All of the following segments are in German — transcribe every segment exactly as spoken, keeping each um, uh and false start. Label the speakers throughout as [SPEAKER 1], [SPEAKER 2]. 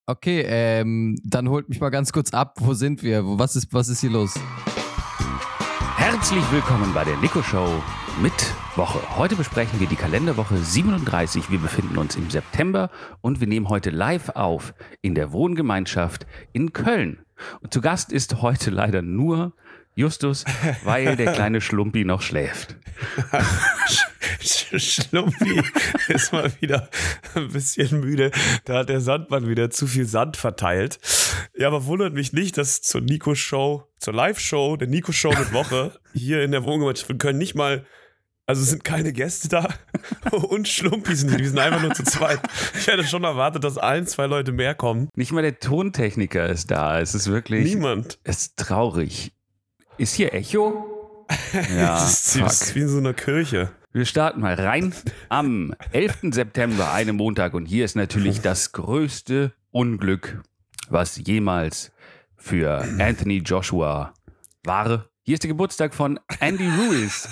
[SPEAKER 1] Okay, ähm, dann holt mich mal ganz kurz ab. Wo sind wir? Wo- Was ist, was ist hier los?
[SPEAKER 2] Herzlich willkommen bei der Nico Show mit Woche. Heute besprechen wir die Kalenderwoche siebenunddreißig. Wir befinden uns im September und wir nehmen heute live auf in der Wohngemeinschaft in Köln. Und zu Gast ist heute leider nur Justus, weil der kleine Schlumpi noch schläft.
[SPEAKER 3] Schlumpi ist mal wieder ein bisschen müde. Da hat der Sandmann wieder zu viel Sand verteilt. Ja, aber wundert mich nicht, dass zur Nico-Show, zur Live-Show, der Nico-Show mit Woche, hier in der Wohngemeinschaft in Köln nicht mal, also es sind keine Gäste da und Schlumpi sind hier, die sind einfach nur zu zweit. Ich hätte schon erwartet, dass ein, zwei Leute mehr kommen.
[SPEAKER 2] Nicht mal der Tontechniker ist da. Es ist wirklich...
[SPEAKER 3] Niemand.
[SPEAKER 2] Es ist traurig. Ist hier Echo? Ja,
[SPEAKER 3] das, ist, das ist wie in so einer Kirche.
[SPEAKER 2] Wir starten mal rein am elften September, einem Montag. Und hier ist natürlich das größte Unglück, was jemals für Anthony Joshua war. Hier ist der Geburtstag von Andy Ruiz.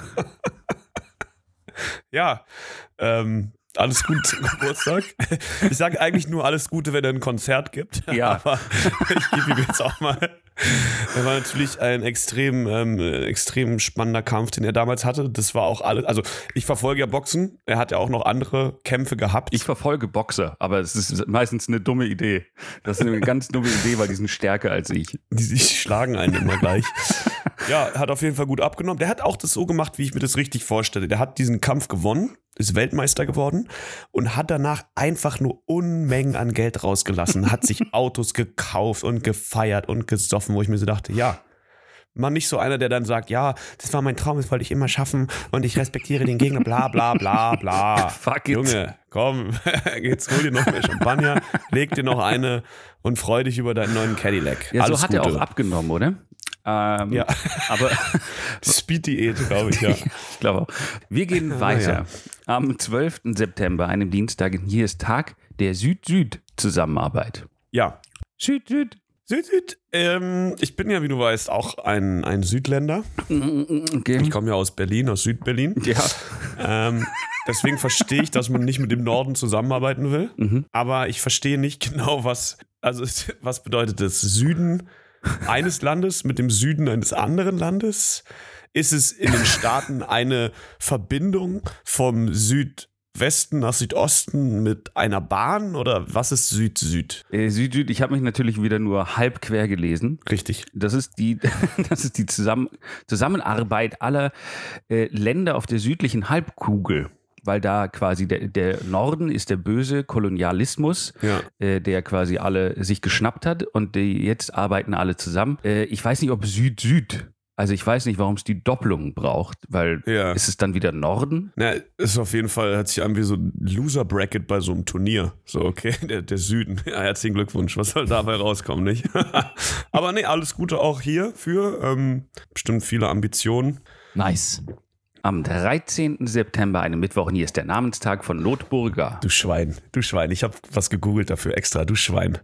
[SPEAKER 3] Ja, ähm, alles Gute zum Geburtstag. Ich sage eigentlich nur alles Gute, wenn er ein Konzert gibt.
[SPEAKER 2] Ja.
[SPEAKER 3] Aber ich gebe ihm jetzt auch mal. Er war natürlich ein extrem, ähm, extrem spannender Kampf, den er damals hatte. Das war auch alles. Also, ich verfolge ja Boxen. Er hat ja auch noch andere Kämpfe gehabt.
[SPEAKER 2] Ich verfolge Boxer, aber es ist meistens eine dumme Idee. Das ist eine ganz dumme Idee, weil die sind stärker als ich.
[SPEAKER 3] Die sich schlagen einen immer gleich. Ja, hat auf jeden Fall gut abgenommen. Der hat auch das so gemacht, wie ich mir das richtig vorstelle. Der hat diesen Kampf gewonnen, ist Weltmeister geworden und hat danach einfach nur Unmengen an Geld rausgelassen, hat sich Autos gekauft und gefeiert und gesoffen, wo ich mir so dachte, ja, man nicht so einer, der dann sagt, ja, das war mein Traum, das wollte ich immer schaffen und ich respektiere den Gegner, bla bla bla bla.
[SPEAKER 2] Fuck it.
[SPEAKER 3] Junge, komm, jetzt hol dir noch mehr Champagner, leg dir noch eine und freu dich über deinen neuen Cadillac.
[SPEAKER 2] Ja,
[SPEAKER 3] Alles
[SPEAKER 2] so hat
[SPEAKER 3] Gute.
[SPEAKER 2] er auch abgenommen, oder? Ähm,
[SPEAKER 3] Ja.
[SPEAKER 2] Aber
[SPEAKER 3] Speed-Diät, glaube ich, ja.
[SPEAKER 2] ich glaube auch. Wir gehen weiter. Am zwölften September, einem Dienstag, hier ist Tag der Süd-Süd-Zusammenarbeit.
[SPEAKER 3] Ja.
[SPEAKER 2] Süd-Süd.
[SPEAKER 3] Süd, Süd. Ähm, ich bin ja, wie du weißt, auch ein, ein Südländer.
[SPEAKER 2] Okay.
[SPEAKER 3] Ich komme ja aus Berlin, aus Südberlin.
[SPEAKER 2] Ja.
[SPEAKER 3] Ähm, deswegen verstehe ich, dass man nicht mit dem Norden zusammenarbeiten will.
[SPEAKER 2] Mhm.
[SPEAKER 3] Aber ich verstehe nicht genau, was, also was bedeutet das? Süden eines Landes mit dem Süden eines anderen Landes? Ist es in den Staaten eine Verbindung vom Südwesten nach Südosten mit einer Bahn oder was ist Süd-Süd?
[SPEAKER 2] Äh, Süd-Süd, ich habe mich natürlich wieder nur halb quer gelesen.
[SPEAKER 3] Richtig.
[SPEAKER 2] Das ist die, das ist die Zusammen, Zusammenarbeit aller äh, Länder auf der südlichen Halbkugel. Weil da quasi der, der Norden ist der böse Kolonialismus,
[SPEAKER 3] Ja.
[SPEAKER 2] äh, der quasi alle sich geschnappt hat und die jetzt arbeiten alle zusammen. Äh, ich weiß nicht, ob Süd-Süd, also ich weiß nicht, warum es die Doppelung braucht, weil
[SPEAKER 3] Ja.
[SPEAKER 2] ist es dann wieder Norden?
[SPEAKER 3] Na, ist auf jeden Fall, hört sich an wie so ein Loser-Bracket bei so einem Turnier. So, okay, der, der Süden. Ja, herzlichen Glückwunsch. Was soll dabei rauskommen, nicht? Aber nee, alles Gute auch hier für ähm, bestimmt viele Ambitionen.
[SPEAKER 1] Nice.
[SPEAKER 2] Am dreizehnten September, einem Mittwoch, und hier ist der Namenstag von Notburga.
[SPEAKER 3] Du Schwein, du Schwein. Ich habe was gegoogelt dafür extra, du Schwein.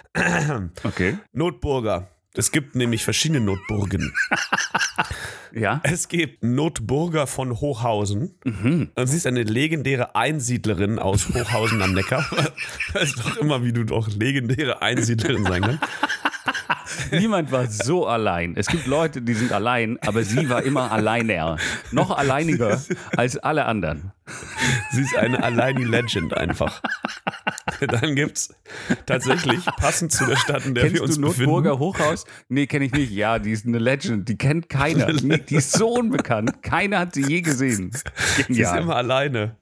[SPEAKER 2] Okay.
[SPEAKER 3] Notburger. Es gibt nämlich verschiedene Notburgen.
[SPEAKER 2] Ja.
[SPEAKER 3] Es gibt Notburger von Hochhausen.
[SPEAKER 2] Mhm.
[SPEAKER 3] Und sie ist eine legendäre Einsiedlerin aus Hochhausen am Neckar. Weißt doch immer, wie du doch legendäre Einsiedlerin sein kannst.
[SPEAKER 2] Niemand war so allein. Es gibt Leute, die sind allein, aber sie war immer alleiner. Noch alleiniger als alle anderen.
[SPEAKER 3] Sie ist eine alleine Legend einfach. Dann gibt's tatsächlich, passend zu der Stadt, in der
[SPEAKER 2] Kennst
[SPEAKER 3] wir uns
[SPEAKER 2] du Notburger
[SPEAKER 3] befinden.
[SPEAKER 2] Hochhaus? Nee, kenne ich nicht. Ja, die ist eine Legend. Die kennt keiner. Nee, die ist so unbekannt. Keiner hat sie je gesehen.
[SPEAKER 3] Sie ist
[SPEAKER 2] Genial.
[SPEAKER 3] immer alleine.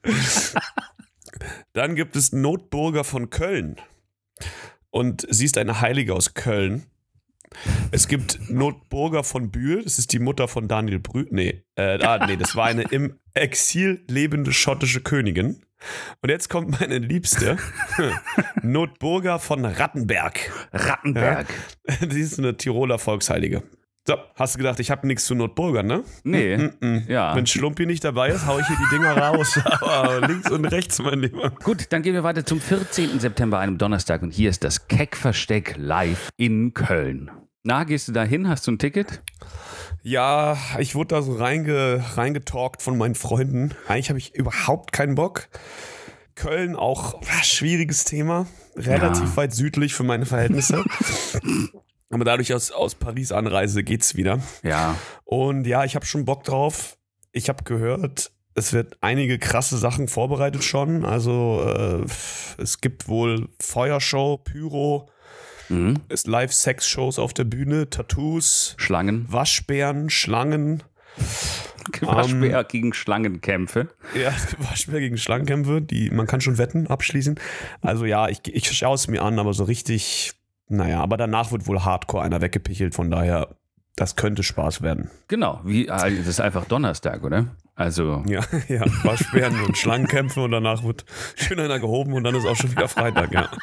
[SPEAKER 3] Dann gibt es Notburger von Köln. Und sie ist eine Heilige aus Köln. Es gibt Notburger von Bühl, das ist die Mutter von Daniel Brühl. Nee, äh, ah, nee, das war eine im Exil lebende schottische Königin. Und jetzt kommt meine Liebste, Notburger von Rattenberg.
[SPEAKER 2] Rattenberg.
[SPEAKER 3] Ja, die ist eine Tiroler Volksheilige. So, hast du gedacht, ich habe nichts zu Notburgern, ne?
[SPEAKER 2] Nee,
[SPEAKER 3] Mm -mm.
[SPEAKER 2] ja.
[SPEAKER 3] Wenn Schlumpi nicht dabei ist, hau ich hier die Dinger raus. Aber links und rechts, mein Lieber.
[SPEAKER 2] Gut, dann gehen wir weiter zum vierzehnten September, einem Donnerstag. Und hier ist das Keck-Versteck live in Köln. Na, gehst du da hin? Hast du ein Ticket?
[SPEAKER 3] Ja, ich wurde da so reinge, reingetalkt von meinen Freunden. Eigentlich habe ich überhaupt keinen Bock. Köln auch ah, schwieriges Thema. Relativ
[SPEAKER 2] Ja.
[SPEAKER 3] weit südlich für meine Verhältnisse. Aber dadurch aus, aus Paris Anreise geht's wieder.
[SPEAKER 2] Ja.
[SPEAKER 3] Und ja, ich habe schon Bock drauf. Ich habe gehört, es wird einige krasse Sachen vorbereitet schon. Also äh, es gibt wohl Feuershow, Pyro,
[SPEAKER 2] Mhm.
[SPEAKER 3] es Live-Sex-Shows auf der Bühne, Tattoos,
[SPEAKER 2] Schlangen.
[SPEAKER 3] Waschbären, Schlangen.
[SPEAKER 2] Waschbär gegen Schlangenkämpfe.
[SPEAKER 3] Ja, Waschbär gegen Schlangenkämpfe, die man kann schon Wetten abschließen. Also ja, ich, ich schaue es mir an, aber so richtig, naja, aber danach wird wohl Hardcore einer weggepichelt, von daher, das könnte Spaß werden.
[SPEAKER 2] Genau, wie, das ist einfach Donnerstag, oder? Also,
[SPEAKER 3] Ja, ja, Waschbären und Schlangenkämpfe und danach wird schön einer gehoben und dann ist auch schon wieder Freitag, ja.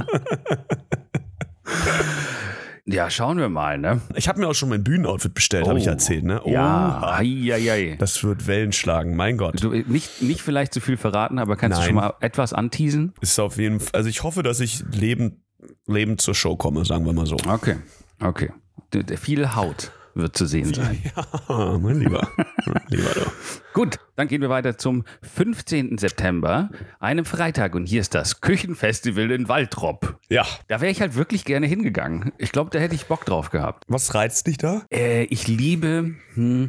[SPEAKER 2] ja, schauen wir mal, ne?
[SPEAKER 3] Ich habe mir auch schon mein Bühnenoutfit bestellt, habe ich erzählt, ne?
[SPEAKER 2] Ja,
[SPEAKER 3] Oha.
[SPEAKER 2] ei, ei, ei.
[SPEAKER 3] Das wird Wellen schlagen, mein Gott.
[SPEAKER 2] Du, nicht, nicht vielleicht zu viel verraten, aber kannst
[SPEAKER 3] Nein.
[SPEAKER 2] du schon mal etwas anteasen?
[SPEAKER 3] Ist auf jeden Fall, also ich hoffe, dass ich lebend, lebend zur Show komme, sagen wir mal so.
[SPEAKER 2] Okay, okay. D- d- Viel Haut wird zu sehen sein.
[SPEAKER 3] Ja, mein Lieber. Mein Lieber du.
[SPEAKER 2] Gut, dann gehen wir weiter zum fünfzehnten September, einem Freitag. Und hier ist das Küchenfestival in Waltrop.
[SPEAKER 3] Ja,
[SPEAKER 2] Da wäre ich halt wirklich gerne hingegangen. Ich glaube, da hätte ich Bock drauf gehabt.
[SPEAKER 3] was reizt dich da?
[SPEAKER 2] Äh, ich liebe hm,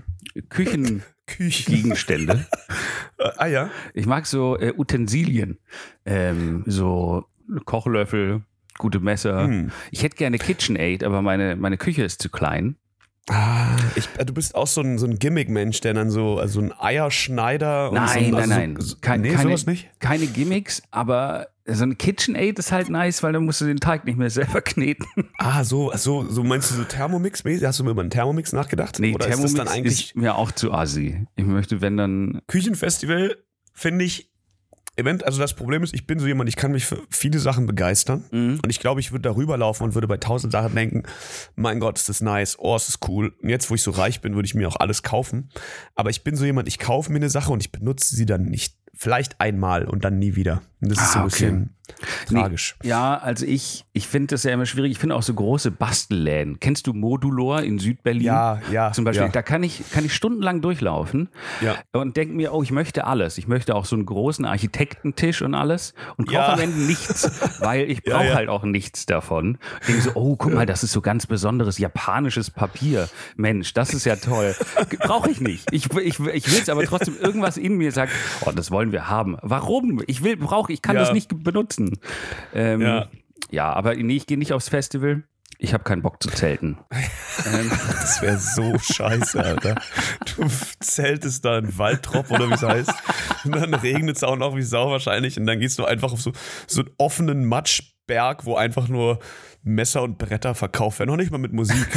[SPEAKER 2] Küchengegenstände.
[SPEAKER 3] Äh, ah ja.
[SPEAKER 2] Ich mag so äh, Utensilien. Ähm, so Kochlöffel, gute Messer.
[SPEAKER 3] Hm.
[SPEAKER 2] Ich hätte gerne KitchenAid, aber meine, meine Küche ist zu klein.
[SPEAKER 3] Ah, ich, äh, du bist auch so ein, so ein Gimmick-Mensch, der dann so, also ein Eierschneider und so.
[SPEAKER 2] Nein,
[SPEAKER 3] also
[SPEAKER 2] nein, nein.
[SPEAKER 3] So,
[SPEAKER 2] Kein-
[SPEAKER 3] nee,
[SPEAKER 2] keine,
[SPEAKER 3] sowas nicht?
[SPEAKER 2] keine Gimmicks, aber so ein KitchenAid ist halt nice, weil dann musst du den Teig nicht mehr selber kneten.
[SPEAKER 3] Ah, so, so, so meinst du so Thermomix-mäßig? Hast du mal über einen Thermomix nachgedacht?
[SPEAKER 2] Nee,
[SPEAKER 3] Oder
[SPEAKER 2] Thermomix
[SPEAKER 3] ist das dann eigentlich
[SPEAKER 2] ist mir auch zu assi. Ich möchte, wenn dann...
[SPEAKER 3] Küchenfestival, finde ich, Event, also das Problem ist, ich bin so jemand, ich kann mich für viele Sachen begeistern
[SPEAKER 2] Mhm.
[SPEAKER 3] und ich glaube, ich würde darüber laufen und würde bei tausend Sachen denken, mein Gott, ist das nice, oh, ist das cool. Und jetzt, wo ich so reich bin, würde ich mir auch alles kaufen. Aber ich bin so jemand, ich kaufe mir eine Sache und ich benutze sie dann nicht. Vielleicht einmal und dann nie wieder. Und das ist
[SPEAKER 2] Ah,
[SPEAKER 3] so ein
[SPEAKER 2] okay.
[SPEAKER 3] bisschen tragisch.
[SPEAKER 2] Ja, also ich, ich finde das ja immer schwierig. Ich finde auch so große Bastelläden. Kennst du Modulor in Südberlin?
[SPEAKER 3] Ja, ja.
[SPEAKER 2] Zum Beispiel,
[SPEAKER 3] ja.
[SPEAKER 2] da kann ich, kann ich stundenlang durchlaufen
[SPEAKER 3] Ja.
[SPEAKER 2] und denke mir, oh, ich möchte alles. Ich möchte auch so einen großen Architektentisch und alles und kaufe
[SPEAKER 3] Ja.
[SPEAKER 2] am Ende nichts, weil ich
[SPEAKER 3] Ja,
[SPEAKER 2] brauche
[SPEAKER 3] ja.
[SPEAKER 2] halt auch nichts davon. Ich denke so, oh, guck mal, das ist so ganz besonderes japanisches Papier. Mensch, das ist ja toll. Brauche ich nicht. Ich, ich, ich will es, aber trotzdem irgendwas in mir sagt, oh, das wollen wir haben. Warum? Ich will, brauche, ich kann
[SPEAKER 3] Ja.
[SPEAKER 2] das nicht benutzen. Ähm,
[SPEAKER 3] Ja.
[SPEAKER 2] ja, aber nee, ich gehe nicht aufs Festival. Ich habe keinen Bock zu zelten. ähm,
[SPEAKER 3] Das wäre so scheiße, Alter. Du zeltest da in Waldrop oder wie es heißt. Und dann regnet es auch noch wie Sau wahrscheinlich. Und dann gehst du einfach auf so, so einen offenen Matschberg, wo einfach nur Messer und Bretter verkauft werden. Noch nicht mal mit Musik.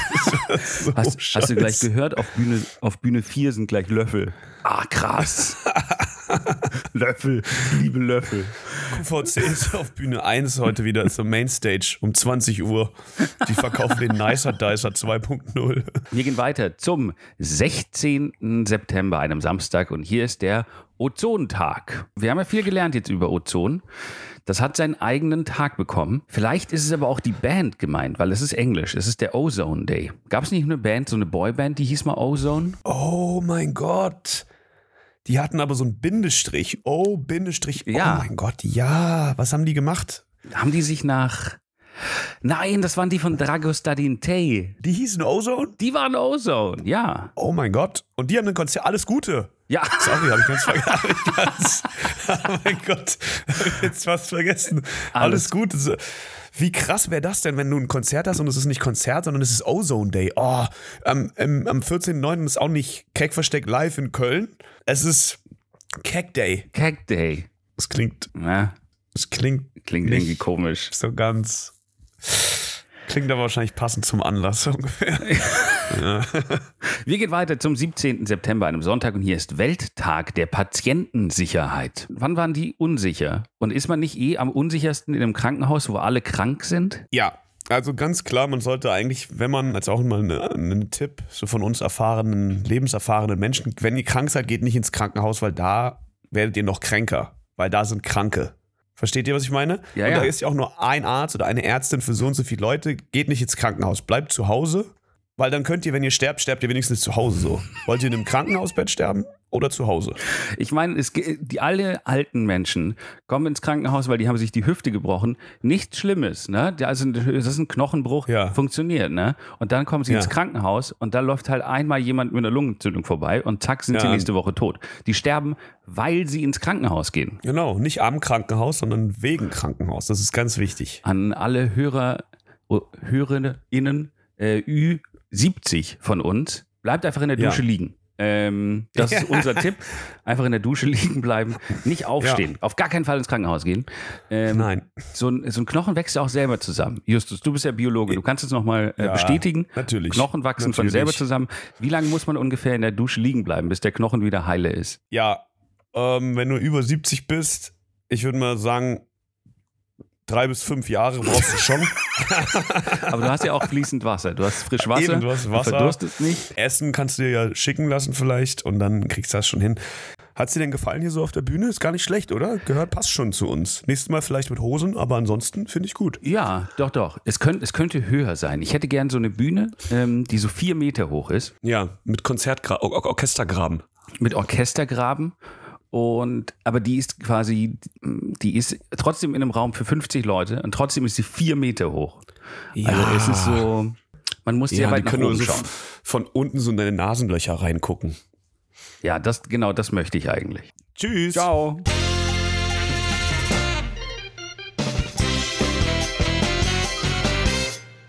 [SPEAKER 3] Das so
[SPEAKER 2] hast, hast du gleich
[SPEAKER 3] scheiße.
[SPEAKER 2] gehört, auf Bühne, auf Bühne vier sind gleich Löffel. Ah, krass. Löffel, ich liebe Löffel.
[SPEAKER 3] Q V C ist auf Bühne eins heute wieder, ist so Mainstage um zwanzig Uhr. Die verkaufen den Nicer Dicer zwei Punkt null.
[SPEAKER 2] Wir gehen weiter zum sechzehnten September, einem Samstag. Und hier ist der Ozontag. Wir haben ja viel gelernt jetzt über Ozon. Das hat seinen eigenen Tag bekommen. Vielleicht ist es aber auch die Band gemeint, weil es ist Englisch. Es ist der Ozone Day. Gab es nicht eine Band, so eine Boyband, die hieß mal Ozone?
[SPEAKER 3] Oh mein Gott. Die hatten aber so einen Bindestrich. Oh, Bindestrich.
[SPEAKER 2] Ja.
[SPEAKER 3] Oh mein Gott, ja. Was haben die gemacht?
[SPEAKER 2] Haben die sich nach... Nein, das waren die von Dragostadin Tay.
[SPEAKER 3] Die hießen Ozone?
[SPEAKER 2] Die waren Ozone, ja.
[SPEAKER 3] Oh mein Gott. Und die haben ein Konzert. Alles Gute.
[SPEAKER 2] Ja.
[SPEAKER 3] Sorry, habe ich ganz vergessen. Hab ich ganz, oh mein Gott. Habe ich jetzt fast vergessen. Alles,
[SPEAKER 2] Alles.
[SPEAKER 3] Gute. Wie krass wäre das denn, wenn du ein Konzert hast und es ist nicht Konzert, sondern es ist Ozone Day. Oh, am, am, am vierzehnten neunten ist auch nicht Keckversteck live in Köln. Es ist Keck Day.
[SPEAKER 2] Cake Day.
[SPEAKER 3] Es klingt,
[SPEAKER 2] Ja,
[SPEAKER 3] es klingt
[SPEAKER 2] klingt
[SPEAKER 3] nicht
[SPEAKER 2] irgendwie komisch.
[SPEAKER 3] so ganz. Klingt aber wahrscheinlich passend zum Anlass ungefähr.
[SPEAKER 2] Wir gehen weiter zum siebzehnten September, einem Sonntag, und hier ist Welttag der Patientensicherheit. Wann waren die unsicher? Und ist man nicht eh am unsichersten in einem Krankenhaus, wo alle krank sind?
[SPEAKER 3] Ja, also ganz klar, man sollte eigentlich, wenn man, als auch mal einen Tipp, so von uns erfahrenen, lebenserfahrenen Menschen, wenn ihr krank seid, geht nicht ins Krankenhaus, weil da werdet ihr noch kränker, weil da sind Kranke. Versteht ihr, was ich meine?
[SPEAKER 2] Ja,
[SPEAKER 3] und
[SPEAKER 2] ja.
[SPEAKER 3] da ist ja auch nur ein Arzt oder eine Ärztin für so und so viele Leute, geht nicht ins Krankenhaus, bleibt zu Hause, Weil dann könnt ihr, wenn ihr sterbt, sterbt ihr wenigstens zu Hause so. Wollt ihr in einem Krankenhausbett sterben oder zu Hause?
[SPEAKER 2] Ich meine, es, die alle alten Menschen kommen ins Krankenhaus, weil die haben sich die Hüfte gebrochen. Nichts Schlimmes, ne? Also das ist ein Knochenbruch,
[SPEAKER 3] Ja.
[SPEAKER 2] funktioniert, ne? Und dann kommen sie
[SPEAKER 3] Ja.
[SPEAKER 2] ins Krankenhaus und da läuft halt einmal jemand mit einer Lungenentzündung vorbei und zack, sind sie
[SPEAKER 3] Ja.
[SPEAKER 2] nächste Woche tot. Die sterben, weil sie ins Krankenhaus gehen.
[SPEAKER 3] Genau, nicht am Krankenhaus, sondern wegen Krankenhaus. Das ist ganz wichtig.
[SPEAKER 2] An alle Hörer, HörerInnen, äh, Ü siebzig von uns, bleibt einfach in der
[SPEAKER 3] Ja.
[SPEAKER 2] Dusche liegen. Ähm, das ist unser Tipp. Einfach in der Dusche liegen bleiben, nicht aufstehen,
[SPEAKER 3] Ja.
[SPEAKER 2] auf gar keinen Fall ins Krankenhaus gehen. Ähm,
[SPEAKER 3] Nein.
[SPEAKER 2] So ein, so ein Knochen wächst ja auch selber zusammen. Justus, du bist ja Biologe, du kannst es nochmal äh,
[SPEAKER 3] Ja,
[SPEAKER 2] bestätigen.
[SPEAKER 3] natürlich.
[SPEAKER 2] Knochen wachsen von
[SPEAKER 3] Natürlich.
[SPEAKER 2] selber zusammen. Wie lange muss man ungefähr in der Dusche liegen bleiben, bis der Knochen wieder heile ist?
[SPEAKER 3] Ja, ähm, wenn du über siebzig bist, ich würde mal sagen, drei bis fünf Jahre brauchst du schon.
[SPEAKER 2] Aber du hast ja auch fließend Wasser. Du hast frisch Wasser,
[SPEAKER 3] Eben, du hast Wasser.
[SPEAKER 2] du verdurstest nicht.
[SPEAKER 3] Essen kannst du dir ja schicken lassen vielleicht und dann kriegst du das schon hin. Hat's dir denn gefallen hier so auf der Bühne? Ist gar nicht schlecht, oder? Gehört, passt schon zu uns. Nächstes Mal vielleicht mit Hosen, aber ansonsten finde ich gut.
[SPEAKER 2] Ja, doch, doch. Es, könnt, es könnte höher sein. Ich hätte gern so eine Bühne, ähm, die so vier Meter hoch ist,
[SPEAKER 3] Ja, mit Konzertgra Or Or Orchestergraben.
[SPEAKER 2] mit Orchestergraben. Und, aber die ist quasi, die ist trotzdem in einem Raum für fünfzig Leute und trotzdem ist sie vier Meter hoch. Also es ist so, man muss sehr
[SPEAKER 3] Ja,
[SPEAKER 2] weit
[SPEAKER 3] die
[SPEAKER 2] nach
[SPEAKER 3] können
[SPEAKER 2] oben
[SPEAKER 3] nur so
[SPEAKER 2] schauen.
[SPEAKER 3] von unten so in deine Nasenlöcher reingucken.
[SPEAKER 2] Ja, das, genau das möchte ich eigentlich.
[SPEAKER 3] Tschüss.
[SPEAKER 2] Ciao.